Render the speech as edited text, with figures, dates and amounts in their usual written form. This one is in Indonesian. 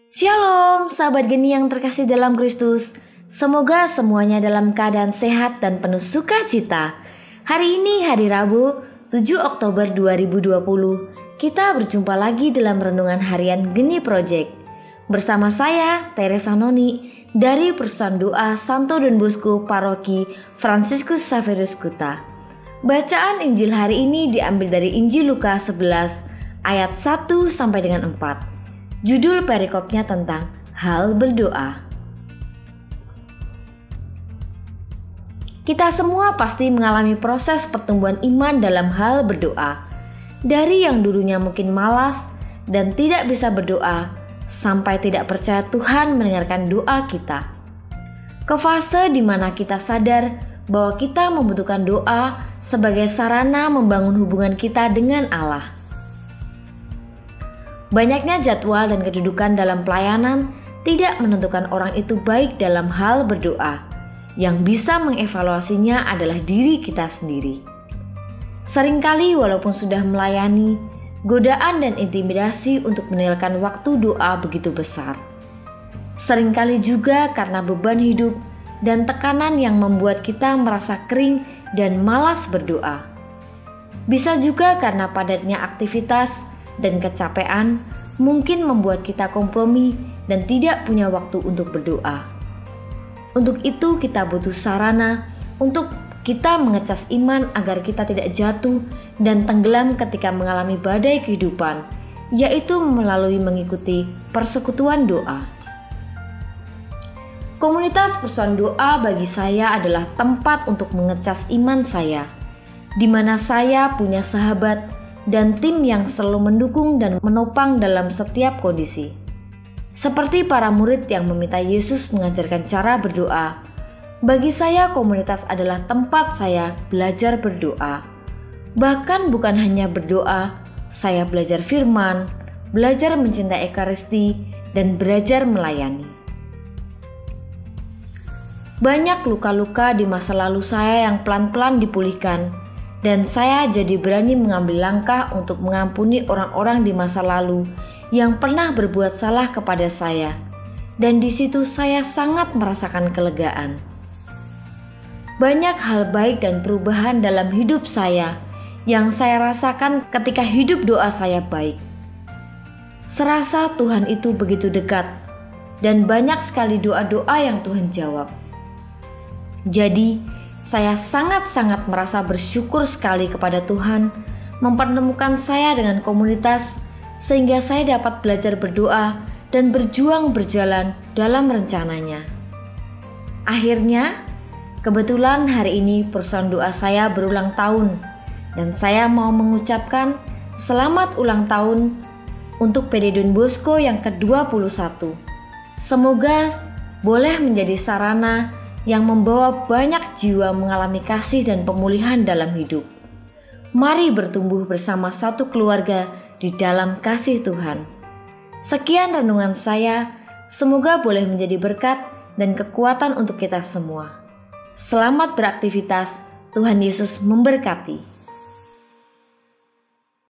Shalom, sahabat geni yang terkasih dalam Kristus. Semoga semuanya dalam keadaan sehat dan penuh sukacita. Hari ini hari Rabu, 7 Oktober 2020. Kita berjumpa lagi dalam renungan harian Geni Project. Bersama saya, Teresa Noni, dari Persatuan Doa Santo Don Bosco Paroki Fransiskus Xaverius Kuta. Bacaan Injil hari ini diambil dari Injil Lukas 11 ayat 1 sampai dengan 4. Judul perikopnya tentang hal berdoa. Kita semua pasti mengalami proses pertumbuhan iman dalam hal berdoa. Dari yang dulunya mungkin malas dan tidak bisa berdoa, sampai tidak percaya Tuhan mendengarkan doa kita. Ke fase di mana kita sadar bahwa kita membutuhkan doa sebagai sarana membangun hubungan kita dengan Allah. Banyaknya jadwal dan kedudukan dalam pelayanan tidak menentukan orang itu baik dalam hal berdoa. Yang bisa mengevaluasinya adalah diri kita sendiri. Seringkali walaupun sudah melayani, godaan dan intimidasi untuk meninggalkan waktu doa begitu besar. Seringkali juga karena beban hidup dan tekanan yang membuat kita merasa kering dan malas berdoa. Bisa juga karena padatnya aktivitas dan kecapean mungkin membuat kita kompromi dan tidak punya waktu untuk berdoa. Untuk itu kita butuh sarana untuk kita mengecas iman agar kita tidak jatuh dan tenggelam ketika mengalami badai kehidupan, yaitu melalui mengikuti persekutuan doa. Komunitas Persatuan Doa bagi saya adalah tempat untuk mengecas iman saya, di mana saya punya sahabat dan tim yang selalu mendukung dan menopang dalam setiap kondisi. Seperti para murid yang meminta Yesus mengajarkan cara berdoa, bagi saya komunitas adalah tempat saya belajar berdoa. Bahkan bukan hanya berdoa, saya belajar firman, belajar mencintai Ekaristi, dan belajar melayani. Banyak luka-luka di masa lalu saya yang pelan-pelan dipulihkan, dan saya jadi berani mengambil langkah untuk mengampuni orang-orang di masa lalu yang pernah berbuat salah kepada saya. Dan di situ saya sangat merasakan kelegaan. Banyak hal baik dan perubahan dalam hidup saya yang saya rasakan ketika hidup doa saya baik. Serasa Tuhan itu begitu dekat dan banyak sekali doa-doa yang Tuhan jawab. Jadi, saya sangat-sangat merasa bersyukur sekali kepada Tuhan mempertemukan saya dengan komunitas sehingga saya dapat belajar berdoa dan berjuang berjalan dalam rencananya. Akhirnya, kebetulan hari ini Persatuan Doa saya berulang tahun dan saya mau mengucapkan selamat ulang tahun untuk PD Don Bosco yang ke-21. Semoga boleh menjadi sarana yang membawa banyak jiwa mengalami kasih dan pemulihan dalam hidup. Mari bertumbuh bersama satu keluarga di dalam kasih Tuhan. Sekian renungan saya, semoga boleh menjadi berkat dan kekuatan untuk kita semua. Selamat beraktivitas, Tuhan Yesus memberkati.